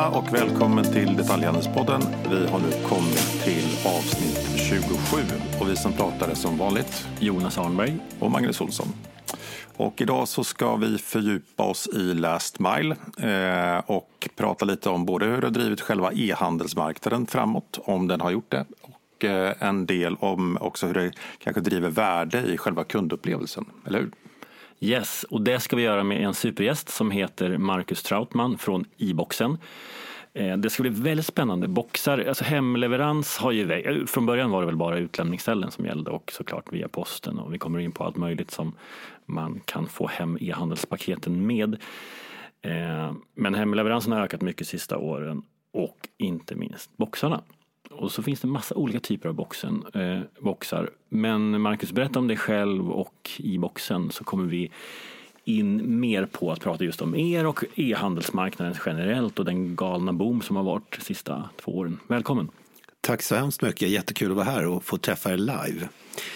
alla och välkommen till Detaljhandelspodden. Vi har nu kommit till avsnitt 27 och vi som pratar är som vanligt Jonas Arnberg och Magnus Olsson. Och idag så ska vi fördjupa oss i Last Mile och prata lite om både hur det har drivit själva e-handelsmarknaden framåt, om den har gjort det, och en del om också hur det kanske driver värde i själva kundupplevelsen, eller hur? Yes, och det ska vi göra med en supergäst som heter Marcus Trautman från iBoxen. Det ska bli väldigt spännande. Boxar, alltså hemleverans har ju, från början var det väl bara utlämningsställen som gällde och såklart via posten, och vi kommer in på allt möjligt som man kan få hem e-handelspaketen med. Men hemleveransen har ökat mycket sista åren och inte minst boxarna. Och så finns det massa olika typer av boxar. Men Marcus, berätta om dig själv och iBoxen, så kommer vi in mer på att prata just om er och e-handelsmarknaden generellt och den galna boom som har varit de sista 2 åren. Välkommen! Tack så hemskt mycket, jättekul att vara här och få träffa er live.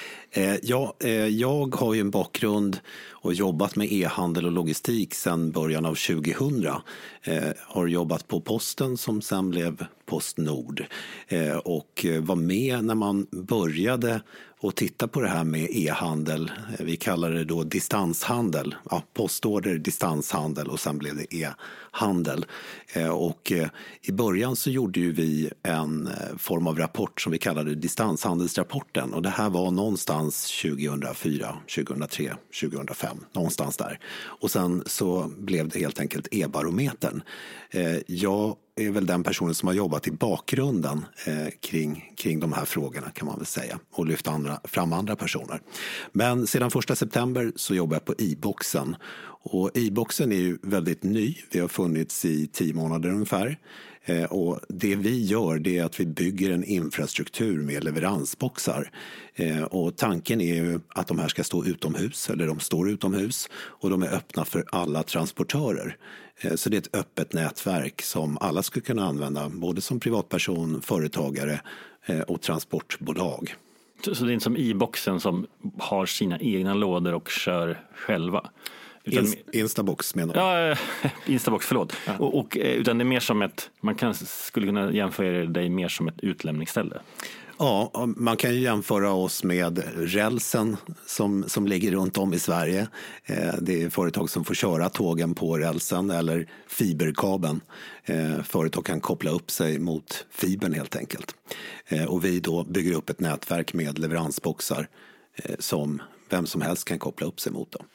Jag har ju en bakgrund och jobbat med e-handel och logistik sedan början av 2000. Har jobbat på Posten som sen blev PostNord och var med när man började och titta på det här med e-handel. Vi kallar det då distanshandel. Ja, postorder, distanshandel och sen blev det e-handel. Och i början så gjorde ju vi en form av rapport som vi kallade distanshandelsrapporten. Och det här var någonstans 2004, 2003, 2005. Någonstans där. Och sen så blev det helt enkelt e-barometern. Jag är väl den personen som har jobbat i bakgrunden kring de här frågorna, kan man väl säga, och lyft fram andra personer. Men sedan 1 september så jobbar jag på iBoxen, och iBoxen är ju väldigt ny. Vi har funnits i 10 månader ungefär. Och det vi gör, det är att vi bygger en infrastruktur med leveransboxar. Och tanken är ju att de här ska stå utomhus, eller de står utomhus, och de är öppna för alla transportörer. Så det är ett öppet nätverk som alla skulle kunna använda, både som privatperson, företagare och transportbolag. Så det är inte som iBoxen som har sina egna lådor och kör själva? Instabox menar du? Ja, Instabox, förlåt. Ja. Utan det är mer som skulle kunna jämföra dig mer som ett utlämningsställe. Ja, man kan ju jämföra oss med rälsen som ligger runt om i Sverige. Det är företag som får köra tågen på rälsen eller fiberkabeln. Företag kan koppla upp sig mot fibern helt enkelt. Och vi då bygger upp ett nätverk med leveransboxar som vem som helst kan koppla upp sig mot dem.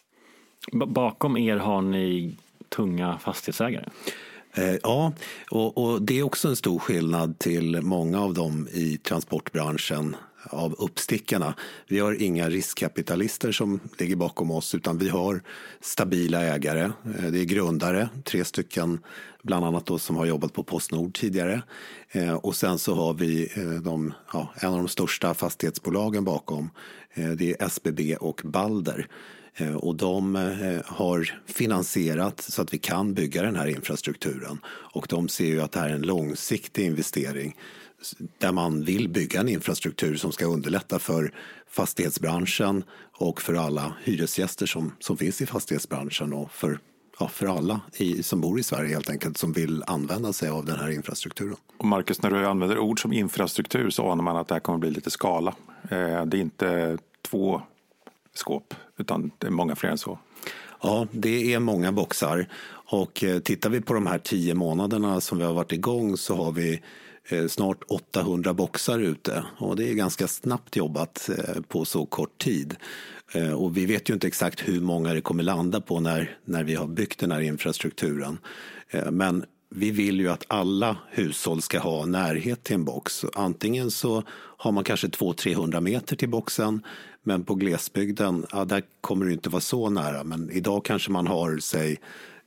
Bakom er har ni tunga fastighetsägare? Ja, och det är också en stor skillnad till många av dem i transportbranschen av uppstickarna. Vi har inga riskkapitalister som ligger bakom oss, utan vi har stabila ägare. Det är grundare, 3 stycken bland annat då, som har jobbat på PostNord tidigare. Och sen så har vi en av de största fastighetsbolagen bakom. Det är SBB och Balder. Och de har finansierat så att vi kan bygga den här infrastrukturen. Och de ser ju att det här är en långsiktig investering där man vill bygga en infrastruktur som ska underlätta för fastighetsbranschen och för alla hyresgäster som finns i fastighetsbranschen och för alla som bor i Sverige helt enkelt, som vill använda sig av den här infrastrukturen. Och Marcus, när du använder ord som infrastruktur så anar man att det här kommer bli lite skala. Det är inte 2 skåp, utan det är många fler än så. Ja, det är många boxar, och tittar vi på de här 10 månaderna som vi har varit igång så har vi snart 800 boxar ute, och det är ganska snabbt jobbat på så kort tid. Och vi vet ju inte exakt hur många det kommer landa på när vi har byggt den här infrastrukturen. Men vi vill ju att alla hushåll ska ha närhet till en box. Antingen så har man kanske 200-300 meter till boxen, men på glesbygden, där kommer det inte vara så nära. Men idag kanske man har, säg,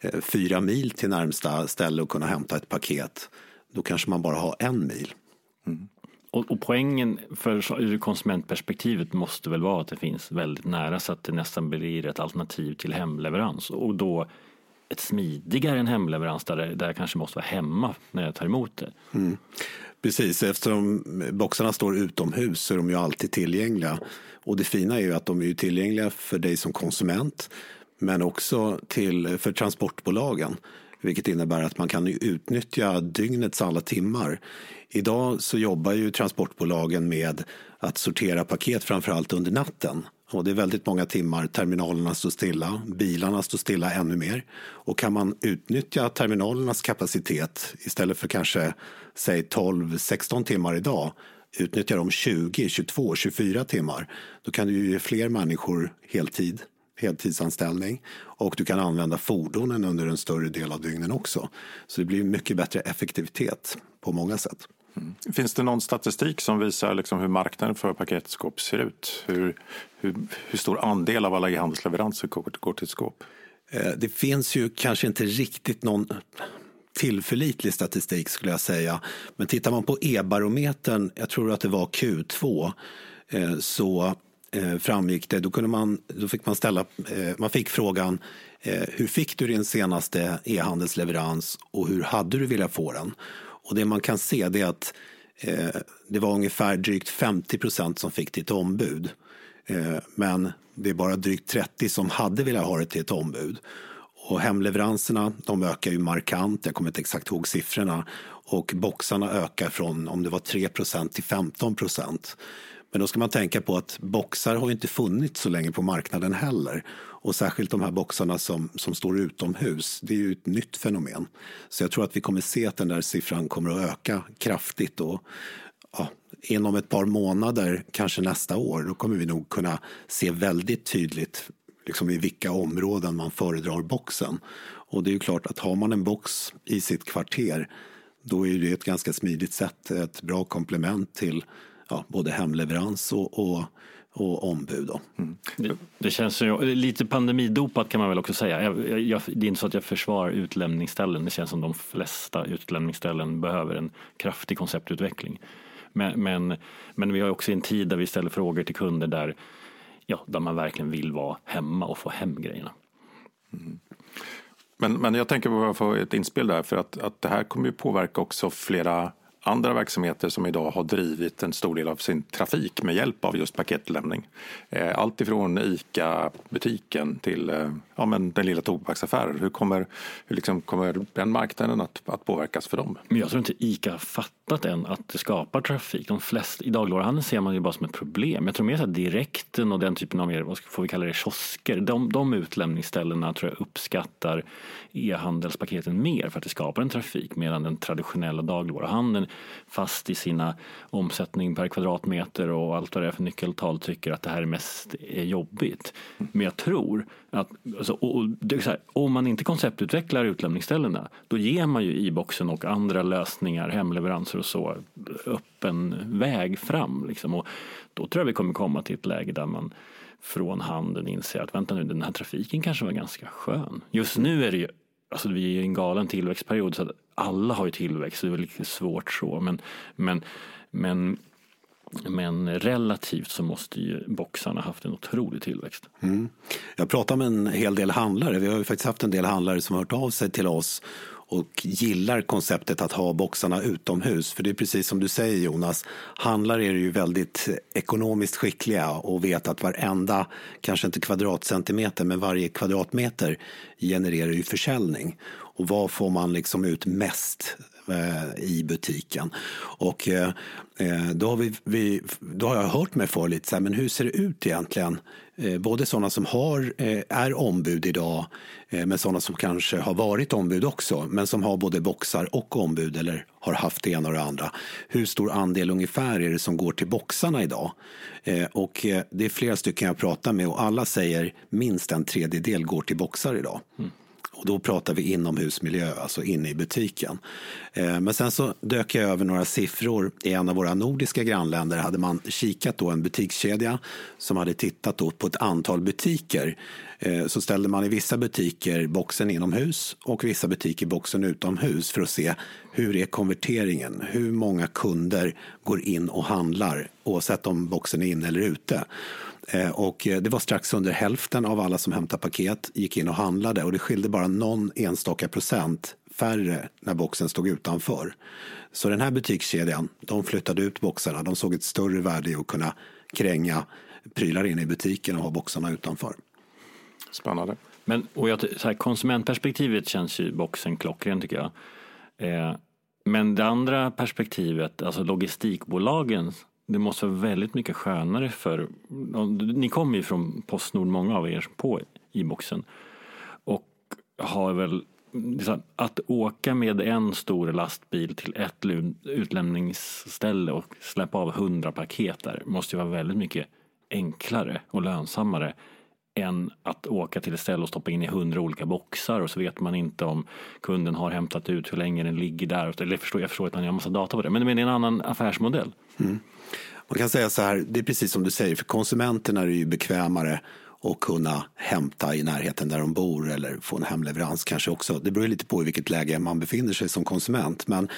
4 mil till närmsta ställe och kunna hämta ett paket. Då kanske man bara har 1 mil. Mm. Och poängen ur konsumentperspektivet måste väl vara att det finns väldigt nära, så att det nästan blir ett alternativ till hemleverans. Och då ett smidigare än hemleverans där jag kanske måste vara hemma när jag tar emot det. Mm. Precis, eftersom boxarna står utomhus så är de ju alltid tillgängliga. Och det fina är ju att de är tillgängliga för dig som konsument, men också för transportbolagen. vilket innebär att man kan utnyttja dygnets alla timmar. Idag så jobbar ju transportbolagen med att sortera paket framförallt under natten. Och det är väldigt många timmar, terminalerna står stilla, bilarna står stilla ännu mer. Och kan man utnyttja terminalernas kapacitet istället för kanske säg 12-16 timmar idag, utnyttja dem 20, 22, 24 timmar, då kan du ju ge fler människor heltidsanställning, och du kan använda fordonen under en större del av dygnen också. Så det blir mycket bättre effektivitet på många sätt. Mm. Finns det någon statistik som visar liksom hur marknaden för paketskåp ser ut? Hur stor andel av alla e-handelsleveranser går till skåp? Det finns ju kanske inte riktigt någon tillförlitlig statistik skulle jag säga. Men tittar man på e-barometern, jag tror att det var Q2, så framgick det, då fick man ställa, man fick frågan, hur fick du din senaste e-handelsleverans och hur hade du velat få den? Och det man kan se det är att det var ungefär drygt 50% som fick till ett ombud. Men det är bara drygt 30% som hade velat ha det till ett ombud. Och hemleveranserna, de ökar ju markant, jag kommer inte exakt ihåg siffrorna. Och boxarna ökar från, om det var 3% till 15%. Men då ska man tänka på att boxar har inte funnits så länge på marknaden heller. Och särskilt de här boxarna som står utomhus, det är ju ett nytt fenomen. Så jag tror att vi kommer se att den där siffran kommer att öka kraftigt. Och inom ett par månader, kanske nästa år, då kommer vi nog kunna se väldigt tydligt liksom i vilka områden man föredrar boxen. Och det är ju klart att har man en box i sitt kvarter, då är det ett ganska smidigt sätt, ett bra komplement till både hemleverans och ombud. Då. Det känns ju lite pandemidopat kan man väl också säga. Det är inte så att jag försvarar utlämningsställen. Det känns som de flesta utlämningsställen behöver en kraftig konceptutveckling. Men vi har också en tid där vi ställer frågor till kunder där man verkligen vill vara hemma och få hem grejerna. Men jag tänker få ett inspel där, för att det här kommer ju påverka också flera andra verksamheter som idag har drivit en stor del av sin trafik med hjälp av just paketlämning. Allt ifrån ICA-butiken till den lilla tobaksaffären. Hur kommer den marknaden att påverkas för dem? Men jag tror inte ICA har fattat än att det skapar trafik. De flesta, i dagligvaruhandeln ser man ju bara som ett problem. Jag tror mer att direkten och den typen av, vad får vi kalla det, kiosker. De utlämningsställena tror jag uppskattar e-handelspaketen mer för att det skapar en trafik, medan den traditionella dagligvaruhandeln fast i sina omsättning per kvadratmeter och allt vad det är för nyckeltal tycker att det här mest är jobbigt. Men jag tror att det är så här, om man inte konceptutvecklar utlämningsställena, då ger man ju e-boxen och andra lösningar, hemleveranser och så, öppen väg fram liksom. Och då tror jag vi kommer komma till ett läge där man från handeln inser att vänta nu, den här trafiken kanske var ganska skön. Just nu är det ju, vi är i en galen tillväxtperiod så att alla har ju tillväxt, så det är lite svårt så, men relativt så måste ju boxarna haft en otrolig tillväxt. Jag pratar med en hel del handlare. Vi har ju faktiskt haft en del handlare som har hört av sig till oss och gillar konceptet att ha boxarna utomhus. För det är precis som du säger, Jonas, handlare är ju väldigt ekonomiskt skickliga och vet att varenda, kanske inte kvadratcentimeter, men varje kvadratmeter genererar ju försäljning. Och vad får man liksom ut mest i butiken? Och då har jag hört mig för lite så här, men hur ser det ut egentligen? Både sådana som är ombud idag, men sådana som kanske har varit ombud också, men som har både boxar och ombud eller har haft det ena och det andra. Hur stor andel ungefär är det som går till boxarna idag? Och det är flera stycken jag pratar med och alla säger minst 1/3 går till boxar idag. Och då pratar vi inomhusmiljö, alltså inne i butiken. Men sen så dök jag över några siffror. I en av våra nordiska grannländer hade man kikat då en butikskedja som hade tittat då på ett antal butiker. Så ställde man i vissa butiker boxen inomhus och vissa butiker boxen utomhus för att se hur är konverteringen. Hur många kunder går in och handlar oavsett om boxen är inne eller ute. Och det var strax under hälften av alla som hämtade paket gick in och handlade, och det skilde bara någon enstaka procent färre när boxen stod utanför. Så den här butikskedjan, de flyttade ut boxarna. De såg ett större värde i att kunna kränga prylar in i butiken och ha boxarna utanför. Spännande. Men så här, konsumentperspektivet känns ju boxen klockren tycker jag. Men det andra perspektivet, alltså logistikbolagen, det måste vara väldigt mycket skönare för... Ni kommer ju från Postnord, många av er på e-boxen. Och har väl... Att åka med en stor lastbil till ett utlämningsställe och släppa av 100 paket där måste ju vara väldigt mycket enklare och lönsammare än att åka till ett ställe och stoppa in i 100 olika boxar och så vet man inte om kunden har hämtat ut hur länge den ligger där. Jag förstår att man har en massa data på det, men det är en annan affärsmodell. Mm. Man kan säga så här, det är precis som du säger, för konsumenterna är det ju bekvämare att kunna hämta i närheten där de bor eller få en hemleverans kanske också. Det beror lite på i vilket läge man befinner sig som konsument. Men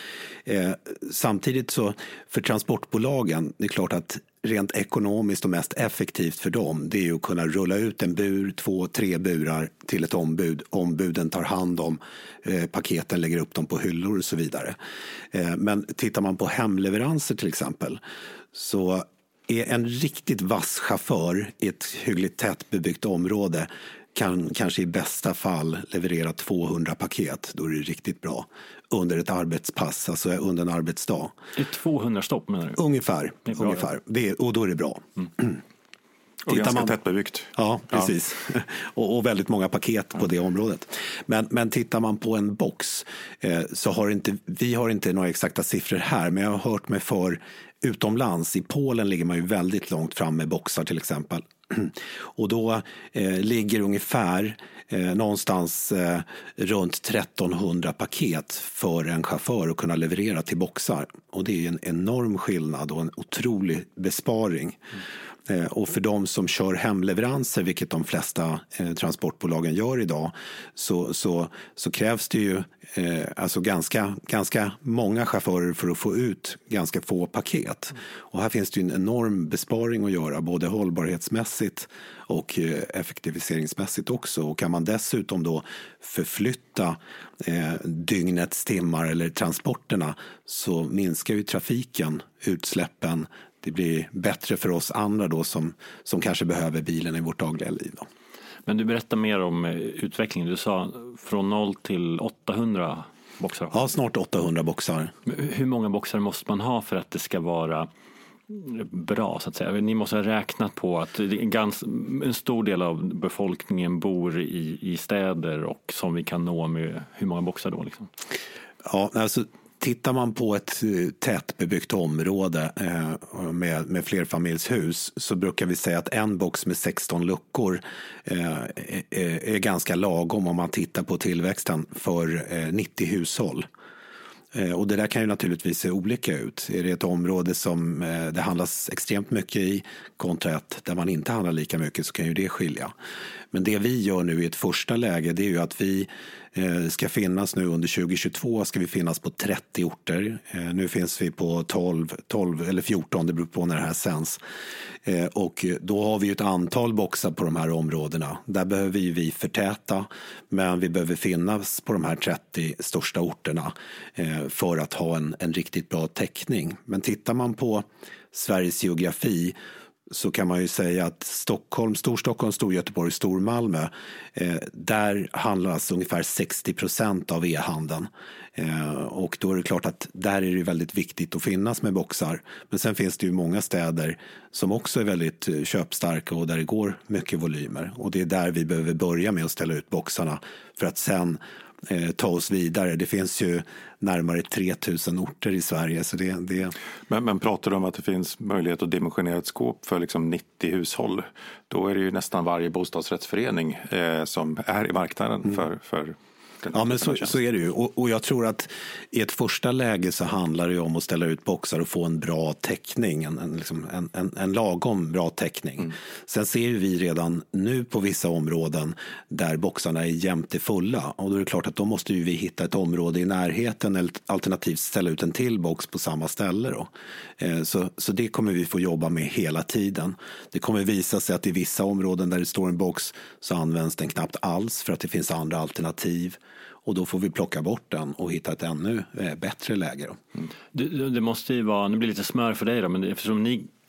samtidigt så för transportbolagen, det är klart att rent ekonomiskt och mest effektivt för dem, det är ju att kunna rulla ut en bur, 2, 3 burar till ett ombud. Ombuden tar hand om paketen, lägger upp dem på hyllor och så vidare. Men tittar man på hemleveranser till exempel, så är en riktigt vass chaufför i ett hyggligt tättbebyggt område kan kanske i bästa fall leverera 200 paket. Då är det riktigt bra. Under ett arbetspass, alltså under en arbetsdag. Det är 200 stopp menar du? Ungefär. Och då är det bra. Mm. Och ganska tättbebyggt. Ja, precis. Ja. och väldigt många paket på det området. Men tittar man på en box så vi har inte några exakta siffror här, men jag har hört mig för utomlands. I Polen ligger man ju väldigt långt fram med boxar till exempel. Och då ligger ungefär någonstans runt 1300 paket för en chaufför att kunna leverera till boxar. Och det är en enorm skillnad och en otrolig besparing. Och för de som kör hemleveranser, vilket de flesta transportbolagen gör idag, så krävs det ju alltså ganska många chaufförer för att få ut ganska få paket. Och här finns det ju en enorm besparing att göra, både hållbarhetsmässigt och effektiviseringsmässigt också. Och kan man dessutom då förflytta dygnets timmar eller transporterna, så minskar ju trafiken, utsläppen. Det blir bättre för oss andra då som kanske behöver bilen i vårt dagliga liv. Då. Men du berättar mer om utvecklingen. Du sa från 0 till 800 boxar. Ja, snart 800 boxar. Hur många boxar måste man ha för att det ska vara bra så att säga? Ni måste ha räknat på att en stor del av befolkningen bor i städer och som vi kan nå med hur många boxar då liksom? Ja, alltså tittar man på ett tättbebyggt område med flerfamiljshus, så brukar vi säga att en box med 16 luckor är ganska lagom om man tittar på tillväxten för 90 hushåll. Och det där kan ju naturligtvis se olika ut. Är det ett område som det handlas extremt mycket i kontra ett där man inte handlar lika mycket, så kan ju det skilja. Men det vi gör nu i ett första läge, det är ju att vi ska finnas nu under 2022 ska vi finnas på 30 orter. Nu finns vi på 12 eller 14, det beror på när det här sänds. Och då har vi ju ett antal boxar på de här områdena. Där behöver vi förtäta, men vi behöver finnas på de här 30 största orterna för att ha en riktigt bra täckning. Men tittar man på Sveriges geografi, så kan man ju säga att Storstockholm, Storgöteborg, Stormalmö, där handlas ungefär 60% av e-handeln. Och då är det klart att där är det väldigt viktigt att finnas med boxar. Men sen finns det ju många städer som också är väldigt köpstarka och där det går mycket volymer. Och det är där vi behöver börja med att ställa ut boxarna för att sen ta oss vidare. Det finns ju närmare 3000 orter i Sverige. Så det... Men pratar du om att det finns möjlighet att dimensionera ett skåp för liksom 90 hushåll, då är det ju nästan varje bostadsrättsförening som är i marknaden för Ja, men så är det ju. Och jag tror att i ett första läge så handlar det om att ställa ut boxar och få en bra täckning, en lagom bra täckning. Sen ser vi redan nu på vissa områden där boxarna är jämte fulla, och då är det klart att då måste vi hitta ett område i närheten eller alternativt ställa ut en till box på samma ställe då. Så det kommer vi få jobba med hela tiden. Det kommer visa sig att i vissa områden där det står en box så används den knappt alls för att det finns andra alternativ. Och då får vi plocka bort den och hitta ett ännu bättre läge. Då. Det måste ju vara, nu blir det lite smör för dig då, men eftersom ni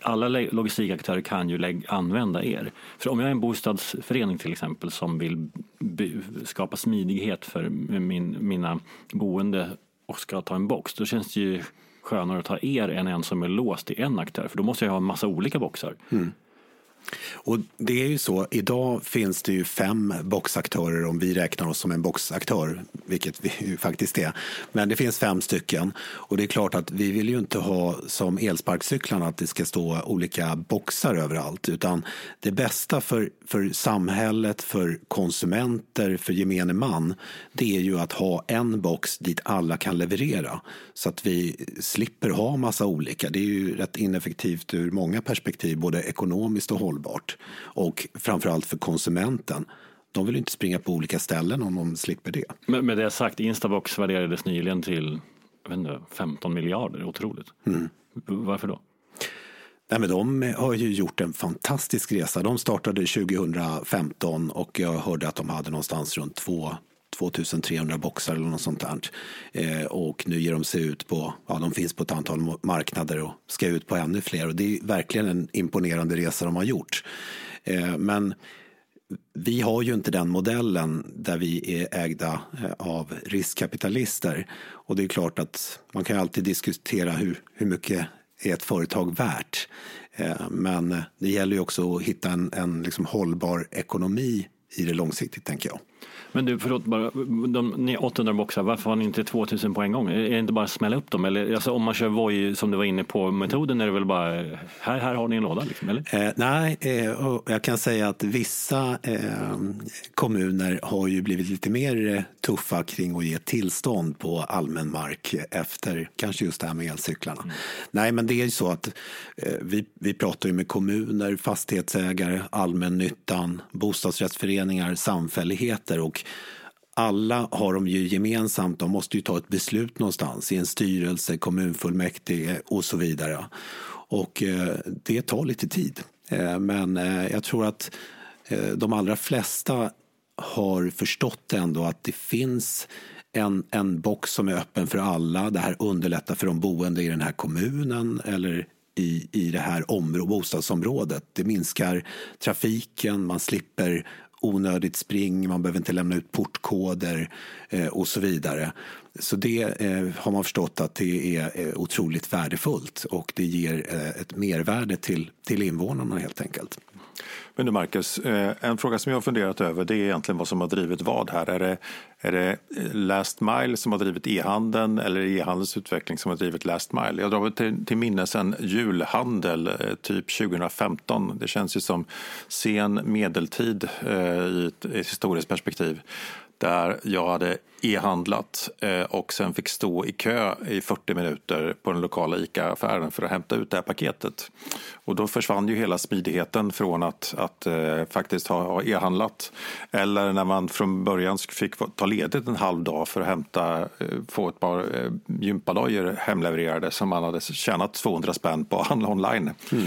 alla logistikaktörer kan ju använda er. För om jag är en bostadsförening till exempel som vill skapa smidighet för mina boende och ska ta en box, då känns det ju skönare att ta er än en som är låst i en aktör. För då måste jag ha en massa olika boxar. Mm. Och det är ju så, idag finns det ju 5 boxaktörer om vi räknar oss som en boxaktör, vilket vi ju faktiskt är. Men det finns 5 stycken och det är klart att vi vill ju inte ha som elsparkcyklarna att det ska stå olika boxar överallt, utan det bästa för samhället, för konsumenter, för gemene man, det är ju att ha en box dit alla kan leverera så att vi slipper ha massa olika. Det är ju rätt ineffektivt ur många perspektiv, både ekonomiskt och hållbart. Och framförallt för konsumenten. De vill inte springa på olika ställen om de slipper det. Men med det sagt, Instabox värderades nyligen till 15 miljarder, otroligt. Mm. Varför då? Nej, men de har ju gjort en fantastisk resa. De startade 2015 och jag hörde att de hade någonstans runt 2300 boxar eller något sånt där. Och nu ger de sig ut på, de finns på ett antal marknader och ska ut på ännu fler. Och det är verkligen en imponerande resa de har gjort. Men vi har ju inte den modellen där vi är ägda av riskkapitalister. Och det är klart att man kan alltid diskutera hur mycket är ett företag värt. Men det gäller ju också att hitta en liksom hållbar ekonomi i det långsiktigt, tänker jag. Men du, förlåt, bara, ni 800 boxar, varför har ni inte 2000 på en gång? Är det inte bara att smälla upp dem? Eller, alltså, om man kör Voi som du var inne på metoden, är det väl bara här har ni en låda? Liksom, eller? Nej, jag kan säga att vissa kommuner har ju blivit lite mer tuffa kring att ge tillstånd på allmän mark efter kanske just det här med elcyklarna. Mm. Nej, men det är ju så att vi pratar ju med kommuner, fastighetsägare, allmännyttan, bostadsrättsföreningar, samfälligheter, och alla har de ju gemensamt, de måste ju ta ett beslut någonstans i en styrelse, kommunfullmäktige och så vidare. Och det tar lite tid. Men jag tror att de allra flesta har förstått ändå att det finns en box som är öppen för alla. Det här underlättar för de boende i den här kommunen eller i det här bostadsområdet. Det minskar trafiken, man slipper onödigt spring, man behöver inte lämna ut portkoder och så vidare. Så det har man förstått att det är otroligt värdefullt och det ger ett mervärde till invånarna helt enkelt. Men du Marcus, en fråga som jag har funderat över, det är egentligen vad som har drivit vad här. Är det Last Mile som har drivit e-handeln eller e-handelns utveckling som har drivit Last Mile? Jag drar till minnes en julhandel typ 2015. Det känns ju som sen medeltid i ett historiskt perspektiv. Där jag hade e-handlat och sen fick stå i kö i 40 minuter på den lokala ICA-affären för att hämta ut det här paketet. Och då försvann ju hela smidigheten från att faktiskt ha e-handlat. Eller när man från början fick ta ledigt en halv dag för att få ett par gympadojor hemlevererade som man hade tjänat 200 spänn på att handla online.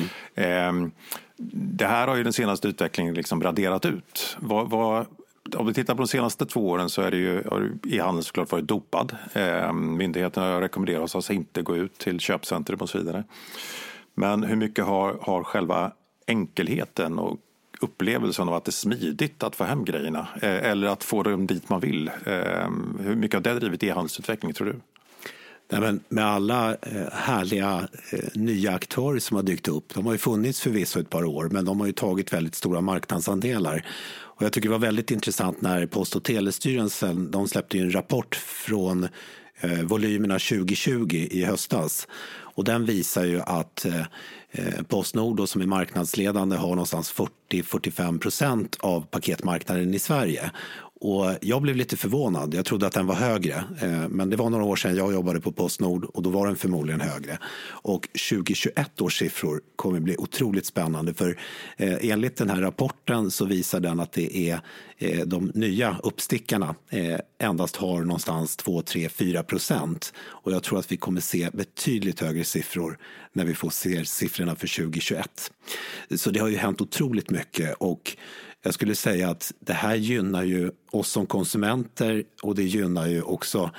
Det här har ju den senaste utvecklingen liksom raderat ut. Om vi tittar på de senaste 2 åren så är det ju e-handeln såklart varit dopad. Myndigheterna rekommenderar oss att inte gå ut till köpcentrum och så vidare. Men hur mycket har själva enkelheten och upplevelsen av att det är smidigt att få hem grejerna eller att få dem dit man vill? Hur mycket har det drivit e-handelsutveckling, tror du? Nej, men med alla härliga nya aktörer som har dykt upp, de har ju funnits förvisso ett par år, men de har ju tagit väldigt stora marknadsandelar. Och jag tycker det var väldigt intressant när Post- och telestyrelsen, de släppte en rapport från volymerna 2020 i höstas. Och den visar ju att PostNord då, som är marknadsledande, har någonstans 40-45% av paketmarknaden i Sverige. Och jag blev lite förvånad. Jag trodde att den var högre. Men det var några år sedan jag jobbade på PostNord och då var den förmodligen högre. Och 2021 års siffror kommer bli otroligt spännande. För enligt den här rapporten så visar den att det är de nya uppstickarna endast har någonstans 2-3-4%. Och jag tror att vi kommer se betydligt högre siffror när vi får se siffrorna för 2021. Så det har ju hänt otroligt mycket och jag skulle säga att det här gynnar ju oss som konsumenter och det gynnar ju också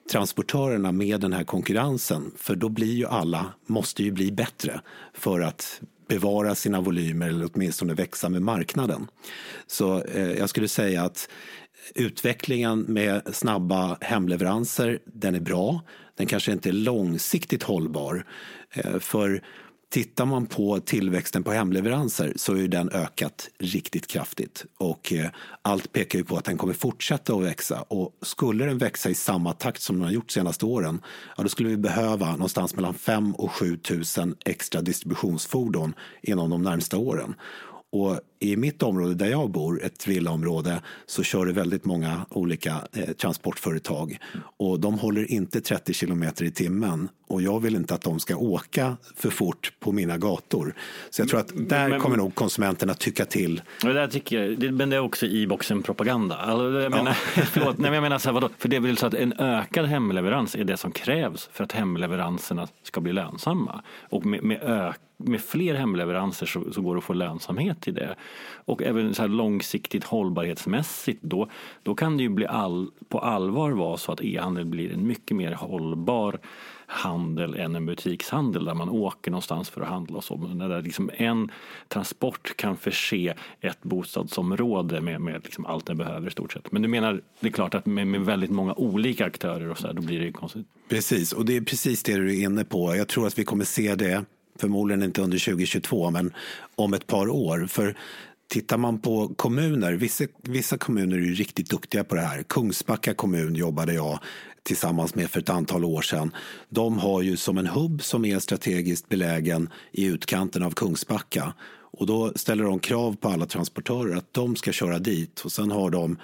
transportörerna med den här konkurrensen, för då blir ju alla, måste ju bli bättre för att bevara sina volymer eller åtminstone växa med marknaden. Så jag skulle säga att utvecklingen med snabba hemleveranser, den är bra. Den kanske inte är långsiktigt hållbar. För tittar man på tillväxten på hemleveranser så har ju den ökat riktigt kraftigt. Och allt pekar ju på att den kommer fortsätta att växa. Och skulle den växa i samma takt som den har gjort de senaste åren, ja, då skulle vi behöva någonstans mellan 5 och 7 000 extra distributionsfordon inom de närmsta åren. Och i mitt område där jag bor, ett villaområde, så kör det väldigt många olika transportföretag. Och de håller inte 30 kilometer i timmen. Och jag vill inte att de ska åka för fort på mina gator. Så jag tror att där kommer nog konsumenterna tycka till. Det där tycker jag, men det är också e-boxen propaganda. Alltså, jag menar, förlåt, nej, jag menar så här, vadå? För det är väl så att en ökad hemleverans är det som krävs för att hemleveranserna ska bli lönsamma. Och med fler hemleveranser så går det att få lönsamhet i det. Och även så här långsiktigt hållbarhetsmässigt då kan det ju bli på allvar vara så att e-handel blir en mycket mer hållbar handel än en butikshandel där man åker någonstans för att handla och så. Där liksom en transport kan förse ett bostadsområde med liksom allt det behöver i stort sett. Men du menar, det är klart att med väldigt många olika aktörer och så här, då blir det ju konstigt. Precis, och det är precis det du är inne på. Jag tror att vi kommer se det, förmodligen inte under 2022, men om ett par år. För tittar man på kommuner, vissa kommuner är ju riktigt duktiga på det här. Kungsbacka kommun jobbade jag tillsammans med för ett antal år sedan. De har ju som en hubb som är strategiskt belägen i utkanten av Kungsbacka. Och då ställer de krav på alla transportörer att de ska köra dit. Och sen har de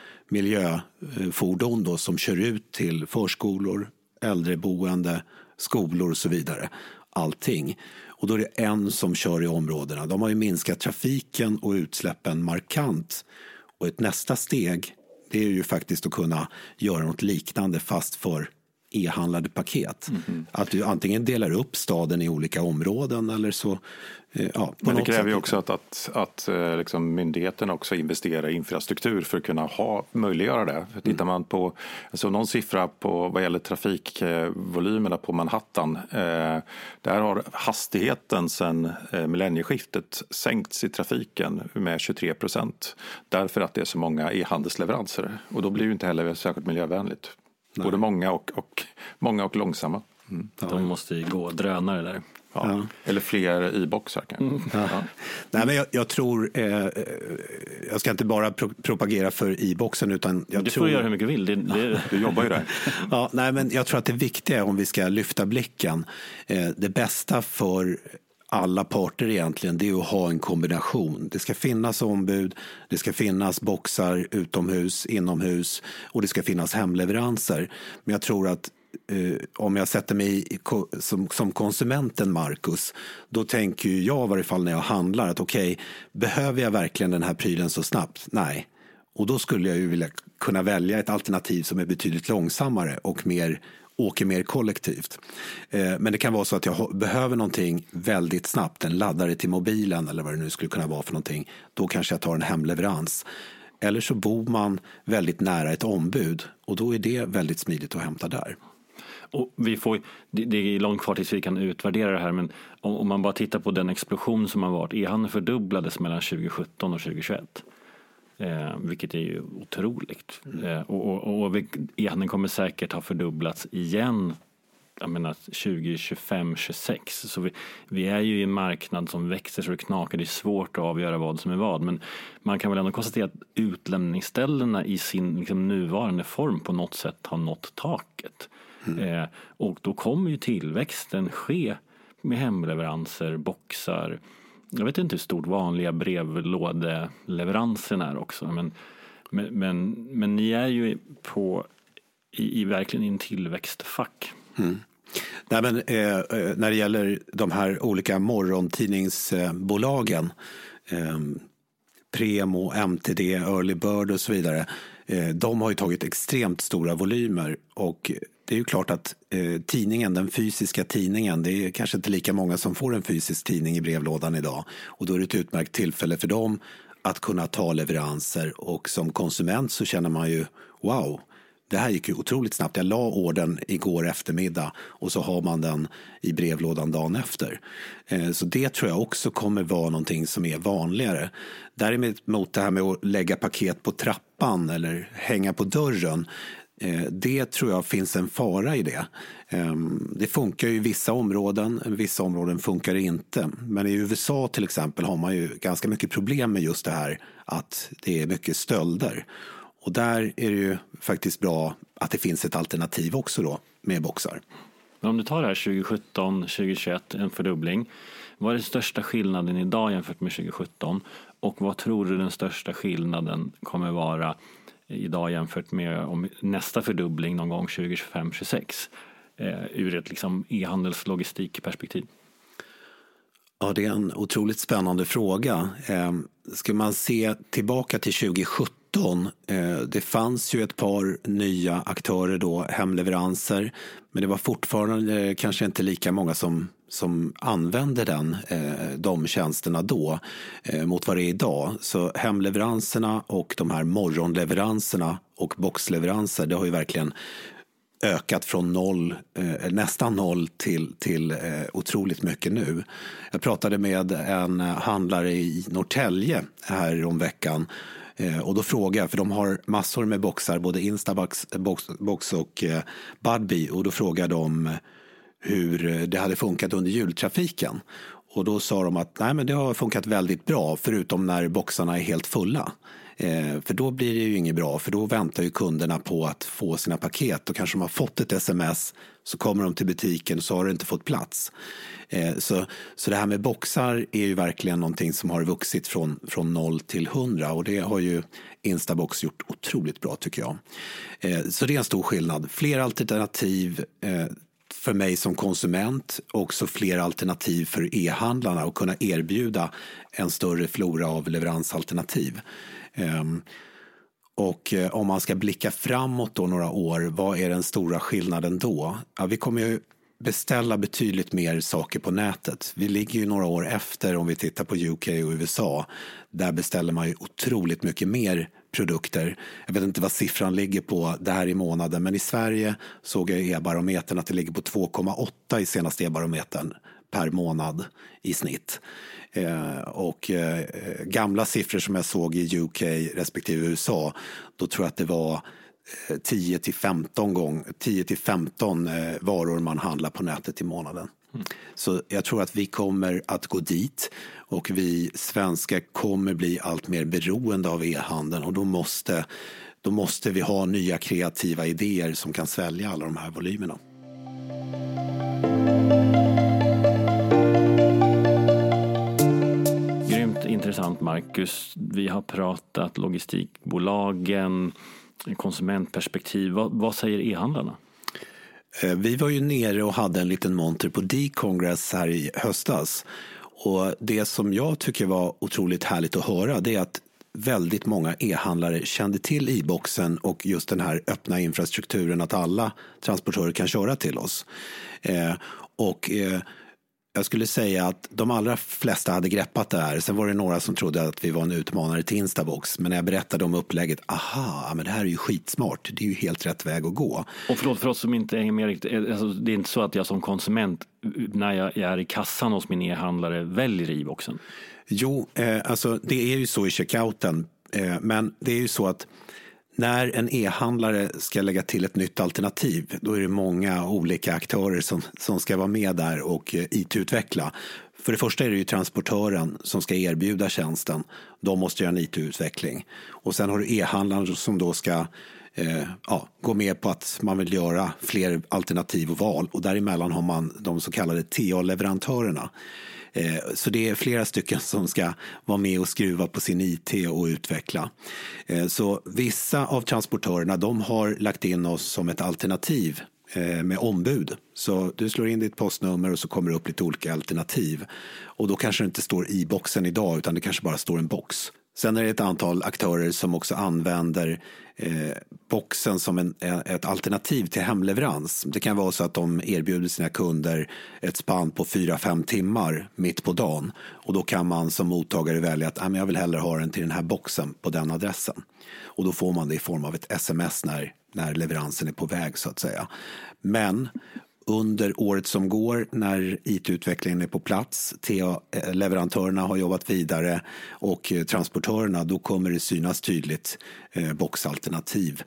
miljöfordon då som kör ut till förskolor, äldreboende, skolor och så vidare. Allting. Och då är det en som kör i områdena. De har ju minskat trafiken och utsläppen markant. Och ett nästa steg, det är ju faktiskt att kunna göra något liknande fast för e-handlade paket. Mm-hmm. Att du antingen delar upp staden i olika områden eller så. Ja, men det kräver ju också att liksom myndigheterna också investerar i infrastruktur för att kunna möjliggöra det. För tittar man på någon siffra på vad gäller trafikvolymerna på Manhattan, där har hastigheten sedan millennieskiftet sänkts i trafiken med 23%. Därför att det är så många e-handelsleveranser. Och då blir det inte heller särskilt miljövänligt. Nej. Både många och långsamma. Mm. De måste ju gå drönare där. Ja. Eller fler e-boxar kanske. Ja. Nej, men jag tror jag ska inte bara propagera för e-boxen utan du får göra hur mycket du vill. Du jobbar ju där. Ja, nej, men jag tror att det viktiga är, om vi ska lyfta blicken, det bästa för alla parter egentligen, det är att ha en kombination. Det ska finnas ombud, det ska finnas boxar utomhus, inomhus och det ska finnas hemleveranser. Men jag tror att om jag sätter mig som konsumenten, Marcus, då tänker jag i varje fall när jag handlar att okej, behöver jag verkligen den här prylen så snabbt? Nej. Och då skulle jag ju vilja kunna välja ett alternativ som är betydligt långsammare och åker mer kollektivt. Men det kan vara så att jag behöver någonting väldigt snabbt, en laddare till mobilen eller vad det nu skulle kunna vara för någonting. Då kanske jag tar en hemleverans. Eller så bor man väldigt nära ett ombud och då är det väldigt smidigt att hämta där. Och det är långt kvar tills vi kan utvärdera det här, men om man bara tittar på den explosion som har varit, e-handeln fördubblades mellan 2017 och 2021. Vilket är ju otroligt. Och e-handeln kommer säkert ha fördubblats igen, jag menar 2025, 26. Så vi är ju i en marknad som växer så det knakar. Det är svårt att avgöra vad som är vad. Men man kan väl ändå konstatera att utlämningsställena i sin liksom nuvarande form på något sätt har nått taket. Och då kommer ju tillväxten ske med hemleveranser, boxar. Jag vet inte hur stort vanliga brevlådeleveransen är också. Men ni är ju i verkligen en tillväxtfack. Mm. Nej, men, när det gäller de här olika morgontidningsbolagen, Premo, MTD, Early Bird och så vidare, de har ju tagit extremt stora volymer och det är ju klart att tidningen, den fysiska tidningen, det är kanske inte lika många som får en fysisk tidning i brevlådan idag och då är det ett utmärkt tillfälle för dem att kunna ta leveranser och som konsument så känner man ju wow, det här gick ju otroligt snabbt. Jag la orden igår eftermiddag och så har man den i brevlådan dagen efter. Så det tror jag också kommer vara någonting som är vanligare. Däremot det här med att lägga paket på trappan eller hänga på dörren, det tror jag finns en fara i det. Det funkar ju i vissa områden funkar det inte. Men i USA till exempel har man ju ganska mycket problem med just det här att det är mycket stölder. Och där är det ju faktiskt bra att det finns ett alternativ också då med boxar. Men om du tar det här 2017, 2021, en fördubbling. Vad är den största skillnaden idag jämfört med 2017? Och vad tror du den största skillnaden kommer vara idag jämfört med om nästa fördubbling någon gång 2025-26 ur ett liksom e-handelslogistikperspektiv? Ja, det är en otroligt spännande fråga. Ska man se tillbaka till 2017, det fanns ju ett par nya aktörer då, hemleveranser, men det var fortfarande kanske inte lika många som använde de tjänsterna då mot vad det är idag. Så hemleveranserna och de här morgonleveranserna och boxleveranser, det har ju verkligen ökat från nästan noll till otroligt mycket nu. Jag pratade med en handlare i Norrtälje här om veckan och då frågade jag, för de har massor med boxar, både Instabox och Budbee, och då frågade de hur det hade funkat under jultrafiken. Och då sa de att nej, men det har funkat väldigt bra förutom när boxarna är helt fulla. För då blir det ju inget bra, för då väntar ju kunderna på att få sina paket och kanske de har fått ett sms, så kommer de till butiken och så har det inte fått plats. Så det här med boxar är ju verkligen någonting som har vuxit från 0 till 100, och det har ju Instabox gjort otroligt bra tycker jag. Så det är en stor skillnad. Fler alternativ för mig som konsument, också fler alternativ för e-handlarna att kunna erbjuda en större flora av leveransalternativ. Och om man ska blicka framåt då några år, vad är den stora skillnaden då? Ja, vi kommer ju beställa betydligt mer saker på nätet. Vi ligger ju några år efter om vi tittar på UK och USA. Där beställer man ju otroligt mycket mer produkter. Jag vet inte vad siffran ligger på det här i månaden, men i Sverige såg jag i e-barometern att det ligger på 2,8 i senaste e-barometern per månad i snitt. Gamla siffror som jag såg i UK respektive USA, då tror jag att det var 10 till 15 varor man handlar på nätet i månaden. Så jag tror att vi kommer att gå dit, och vi svenskar kommer bli allt mer beroende av e-handeln, och då måste vi ha nya kreativa idéer som kan svälja alla de här volymerna. Grymt intressant, Marcus. Vi har pratat logistikbolagen, konsumentperspektiv. Vad säger e-handlarna? Vi var ju nere och hade en liten monter på D-Congress här i höstas. Och det som jag tycker var otroligt härligt att höra, det är att väldigt många e-handlare kände till e-boxen och just den här öppna infrastrukturen, att alla transportörer kan köra till oss. Jag skulle säga att de allra flesta hade greppat det här. Sen var det några som trodde att vi var en utmanare till Instabox. Men när jag berättade om upplägget, men det här är ju skitsmart. Det är ju helt rätt väg att gå. Och förlåt, för oss som inte hänger med riktigt. Alltså, det är inte så att jag som konsument, när jag är i kassan hos min e-handlare, väljer e-boxen? Jo, alltså det är ju så i checkouten. Men det är ju så att när en e-handlare ska lägga till ett nytt alternativ, då är det många olika aktörer som ska vara med där och IT-utveckla. För det första är det ju transportören som ska erbjuda tjänsten. De måste göra en IT-utveckling. Och sen har du e-handlaren som då ska gå med på att man vill göra fler alternativ och val. Och däremellan har man de så kallade TA-leverantörerna. Så det är flera stycken som ska vara med och skruva på sin IT och utveckla. Så vissa av transportörerna, de har lagt in oss som ett alternativ med ombud. Så du slår in ditt postnummer och så kommer det upp lite olika alternativ. Och då kanske det inte står i boxen idag, utan det kanske bara står en box. Sen är det ett antal aktörer som också använder boxen som ett alternativ till hemleverans. Det kan vara så att de erbjuder sina kunder ett spann på 4-5 timmar mitt på dagen. Och då kan man som mottagare välja att jag vill hellre ha den till den här boxen på den adressen. Och då får man det i form av ett sms när leveransen är på väg så att säga. Men under året som går, när IT-utvecklingen är på plats, leverantörerna har jobbat vidare och transportörerna, då kommer det synas tydligt boxalternativ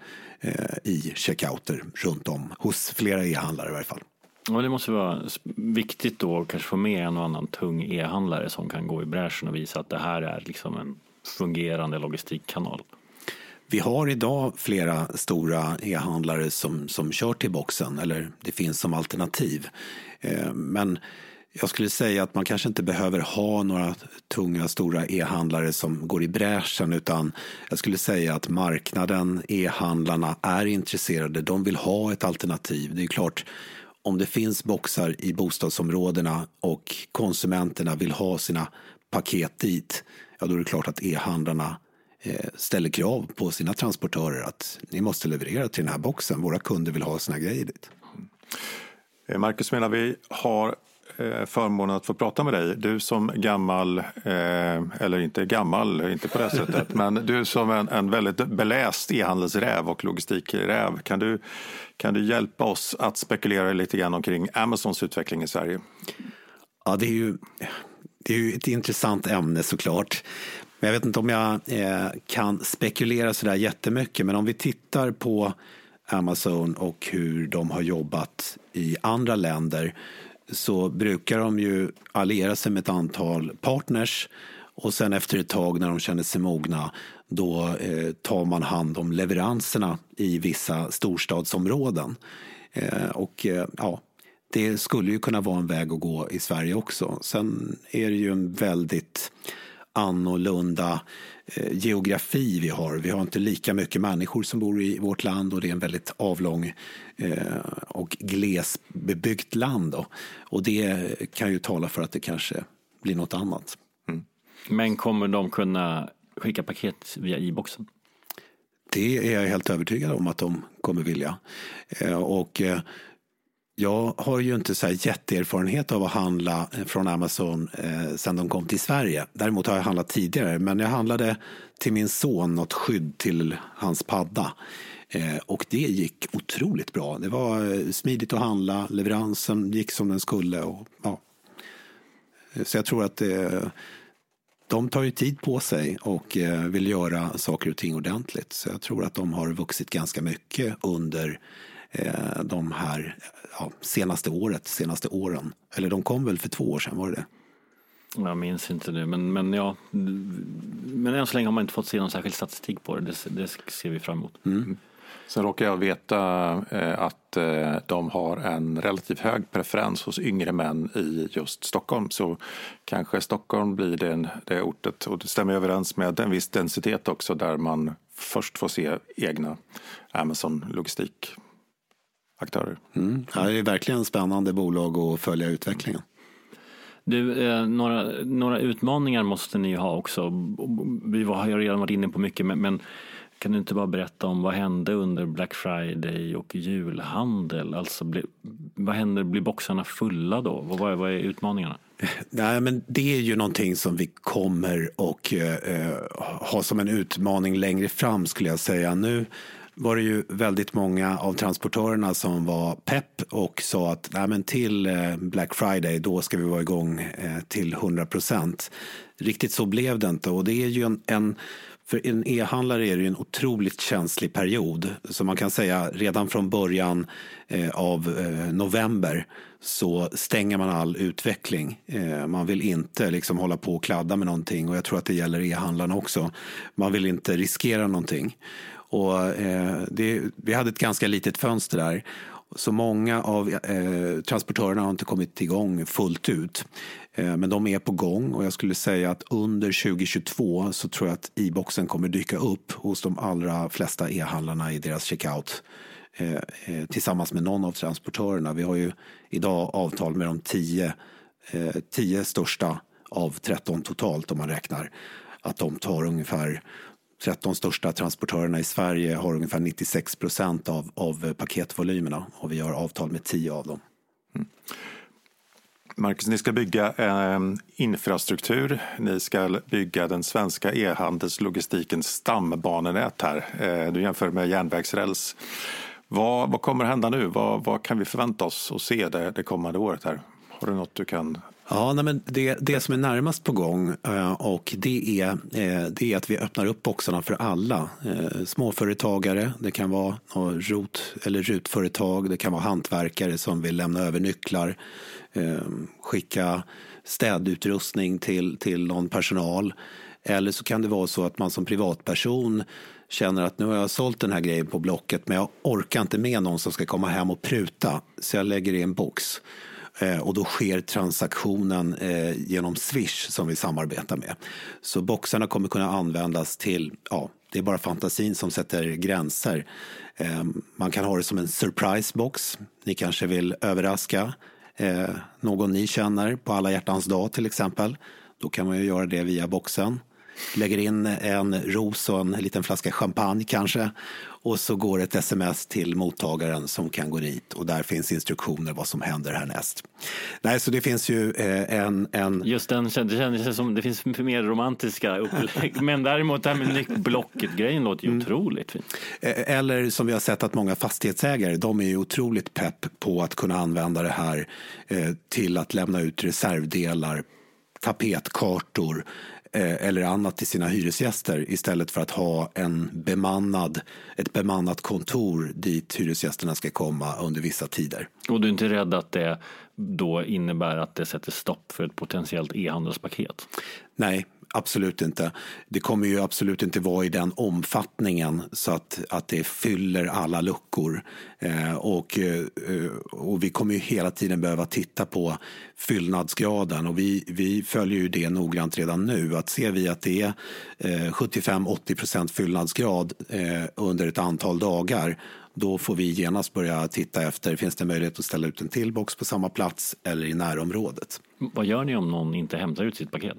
i checkouter runt om hos flera e-handlare i varje fall. Och det måste vara viktigt då att kanske få med en och annan tung e-handlare som kan gå i bräschen och visa att det här är liksom en fungerande logistikkanal. Vi har idag flera stora e-handlare som kör till boxen, eller det finns som alternativ. Men jag skulle säga att man kanske inte behöver ha några tunga stora e-handlare som går i bräschen, utan jag skulle säga att marknaden, e-handlarna är intresserade. De vill ha ett alternativ. Det är klart, om det finns boxar i bostadsområdena och konsumenterna vill ha sina paket dit, ja då är det klart att e-handlarna ställer krav på sina transportörer att ni måste leverera till den här boxen. Våra kunder vill ha sina grejer dit. Marcus, menar vi har förmånen att få prata med dig. Du som gammal, eller inte gammal, inte på det sättet, men du som en väldigt beläst e-handelsräv och logistikräv. Kan du hjälpa oss att spekulera lite grann omkring Amazons utveckling i Sverige? Ja, det är ju ett intressant ämne såklart. Men jag vet inte om jag kan spekulera så där jättemycket, men om vi tittar på Amazon och hur de har jobbat i andra länder så brukar de ju alliera sig med ett antal partners och sen efter ett tag när de känner sig mogna då tar man hand om leveranserna i vissa storstadsområden. Det skulle ju kunna vara en väg att gå i Sverige också. Sen är det ju en väldigt annorlunda geografi vi har. Vi har inte lika mycket människor som bor i vårt land och det är en väldigt avlång och glesbebyggt land då. Och det kan ju tala för att det kanske blir något annat. Mm. Men kommer de kunna skicka paket via e-boxen? Det är jag helt övertygad om att de kommer vilja. Jag har ju inte så här jätteerfarenhet av att handla från Amazon sedan de kom till Sverige. Däremot har jag handlat tidigare, men jag handlade till min son något skydd till hans padda. Och det gick otroligt bra. Det var smidigt att handla, leveransen gick som den skulle. Så jag tror att de tar ju tid på sig och vill göra saker och ting ordentligt. Så jag tror att de har vuxit ganska mycket under de här senaste åren. Eller de kom väl för 2 år sedan, var det? Jag minns inte nu, men än så länge har man inte fått se någon särskild statistik på det. Det ser vi fram emot. Mm. Sen råkar jag veta att de har en relativt hög preferens hos yngre män i just Stockholm. Så kanske Stockholm blir det ortet. Och det stämmer överens med en viss densitet också där man först får se egna Amazon-logistikaktörer. Ja, det är verkligen en spännande bolag att följa utvecklingen. Du, några utmaningar måste ni ha också. Vi har redan varit inne på mycket, men kan du inte bara berätta om vad hände under Black Friday och julhandel? Alltså, vad händer? Blir boxarna fulla då? Vad är utmaningarna? Nej, men det är ju någonting som vi kommer och ha som en utmaning längre fram, skulle jag säga. Nu var det ju väldigt många av transportörerna som var pepp och sa att till Black Friday då ska vi vara igång till 100%. Riktigt så blev det inte, och det är ju för en e-handlare är det ju en otroligt känslig period. Så man kan säga redan från början av november så stänger man all utveckling. Man vill inte liksom hålla på och kladda med någonting, och jag tror att det gäller e-handlarna också. Man vill inte riskera någonting. Och vi hade ett ganska litet fönster där. Så många av transportörerna har inte kommit igång fullt ut. Men de är på gång, och jag skulle säga att under 2022 så tror jag att e-boxen kommer dyka upp hos de allra flesta e-handlarna i deras checkout tillsammans med någon av transportörerna. Vi har ju idag avtal med de 10 största av 13 totalt om man räknar att de tar ungefär 13 största transportörerna i Sverige har ungefär 96% av paketvolymerna och vi har avtal med 10 av dem. Marcus, ni ska bygga infrastruktur. Ni ska bygga den svenska e-handelslogistikens stambanenät här. Du jämför med järnvägsräls. Vad kommer hända nu? Vad kan vi förvänta oss att se det kommande året här? Har du något du kan... Ja, men det som är närmast på gång och det är att vi öppnar upp boxarna för alla. Småföretagare, det kan vara ROT eller RUT-företag, det kan vara hantverkare som vill lämna över nycklar, skicka städutrustning till någon personal. Eller så kan det vara så att man som privatperson känner att nu har jag sålt den här grejen på Blocket men jag orkar inte med någon som ska komma hem och pruta så jag lägger i en box. Och då sker transaktionen genom Swish som vi samarbetar med. Så boxarna kommer kunna användas till, det är bara fantasin som sätter gränser. Man kan ha det som en surprise box. Ni kanske vill överraska någon ni känner på alla hjärtans dag till exempel. Då kan man ju göra det via boxen. Lägger in en ros och en liten flaska champagne kanske. Och så går ett sms till mottagaren som kan gå dit. Och där finns instruktioner vad som händer härnäst. Nej, så det finns ju en... Just den, det känns som det finns mer romantiska upplägg. Men däremot det här med nyckblocket-grejen låter ju otroligt fint. Eller som vi har sett att många fastighetsägare, de är ju otroligt pepp på att kunna använda det här till att lämna ut reservdelar, tapetkartor eller annat till sina hyresgäster istället för att ha ett bemannat kontor dit hyresgästerna ska komma under vissa tider. Och du är inte rädd att det då innebär att det sätter stopp för ett potentiellt e-handelspaket? Nej, absolut inte. Det kommer ju absolut inte vara i den omfattningen så att det fyller alla luckor. Och vi kommer ju hela tiden behöva titta på fyllnadsgraden och vi följer ju det noggrant redan nu. Att ser vi att det är 75-80% fyllnadsgrad under ett antal dagar, då får vi genast börja titta efter, finns det möjlighet att ställa ut en till box på samma plats eller i närområdet. Vad gör ni om någon inte hämtar ut sitt paket?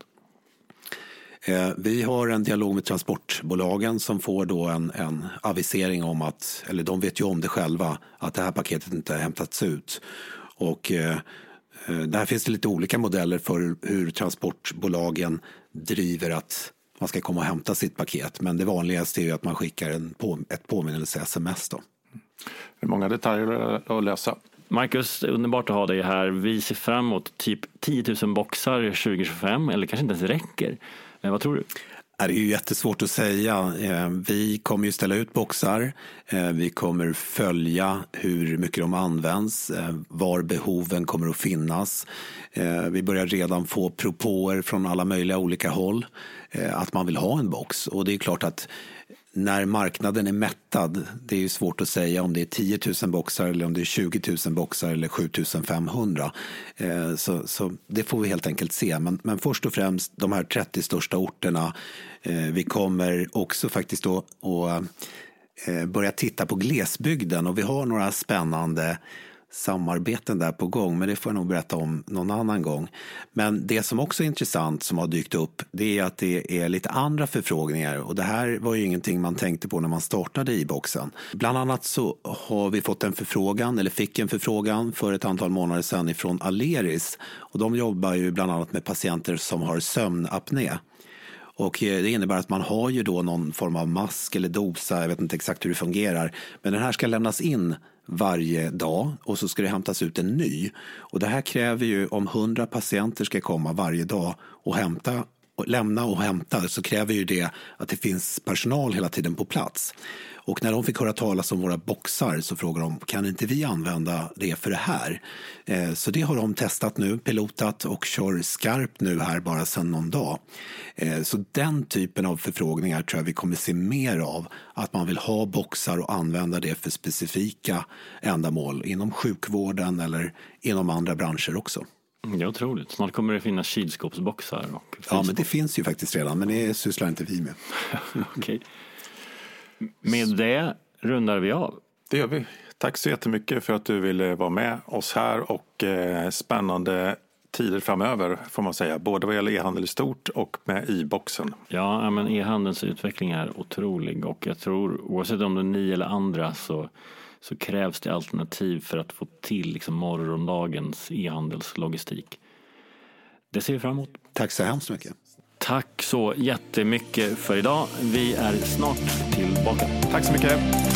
Vi har en dialog med transportbolagen som får då en avisering om att, eller de vet ju om det själva, att det här paketet inte har hämtats ut. Och där finns det lite olika modeller för hur transportbolagen driver att man ska komma och hämta sitt paket. Men det vanligaste är ju att man skickar ett påminnelse-sms då. Det är många detaljer att lösa. Marcus, underbart att ha dig här. Vi ser fram emot typ 10 000 boxar 2025 eller kanske inte ens räcker. Vad tror du? Det är ju jättesvårt att säga. Vi kommer ju ställa ut boxar. Vi kommer följa hur mycket de används, var behoven kommer att finnas. Vi börjar redan få propåer från alla möjliga olika håll att man vill ha en box. Och det är klart att när marknaden är mättad, det är ju svårt att säga om det är 10 000 boxar eller om det är 20 000 boxar eller 7 500. Så det får vi helt enkelt se. Men först och främst de här 30 största orterna. Vi kommer också faktiskt att börja titta på glesbygden och vi har några spännande samarbeten där på gång, men det får jag nog berätta om någon annan gång. Men det som också är intressant som har dykt upp, det är att det är lite andra förfrågningar och det här var ju ingenting man tänkte på när man startade i boxen. Bland annat så har vi fått fick en förfrågan för ett antal månader sedan ifrån Aleris och de jobbar ju bland annat med patienter som har sömnapné. Och det innebär att man har ju då någon form av mask eller dosa, jag vet inte exakt hur det fungerar, men den här ska lämnas in varje dag och så ska det hämtas ut en ny. Och det här kräver ju om 100 patienter ska komma varje dag och lämna och hämta, så kräver ju det att det finns personal hela tiden på plats. Och när de fick höra talas om våra boxar så frågade de, kan inte vi använda det för det här? Så det har de testat nu, pilotat och kör skarpt nu här bara sedan någon dag. Så den typen av förfrågningar tror jag vi kommer se mer av. Att man vill ha boxar och använda det för specifika ändamål inom sjukvården eller inom andra branscher också. Det är otroligt. Snart kommer det finnas kylskåpsboxar. Ja, men det finns ju faktiskt redan, men det sysslar inte vi med. Okej. Med det rundar vi av. Det gör vi. Tack så jättemycket för att du ville vara med oss här och spännande tider framöver får man säga, både vad gäller e-handel i stort och med i-boxen. Ja, men e-handelns utveckling är otrolig och jag tror oavsett om det är ni eller andra så krävs det alternativ för att få till liksom morgondagens e-handelslogistik. Det ser vi fram emot. Tack så hemskt mycket. Tack så jättemycket för idag. Vi är snart tillbaka. Tack så mycket.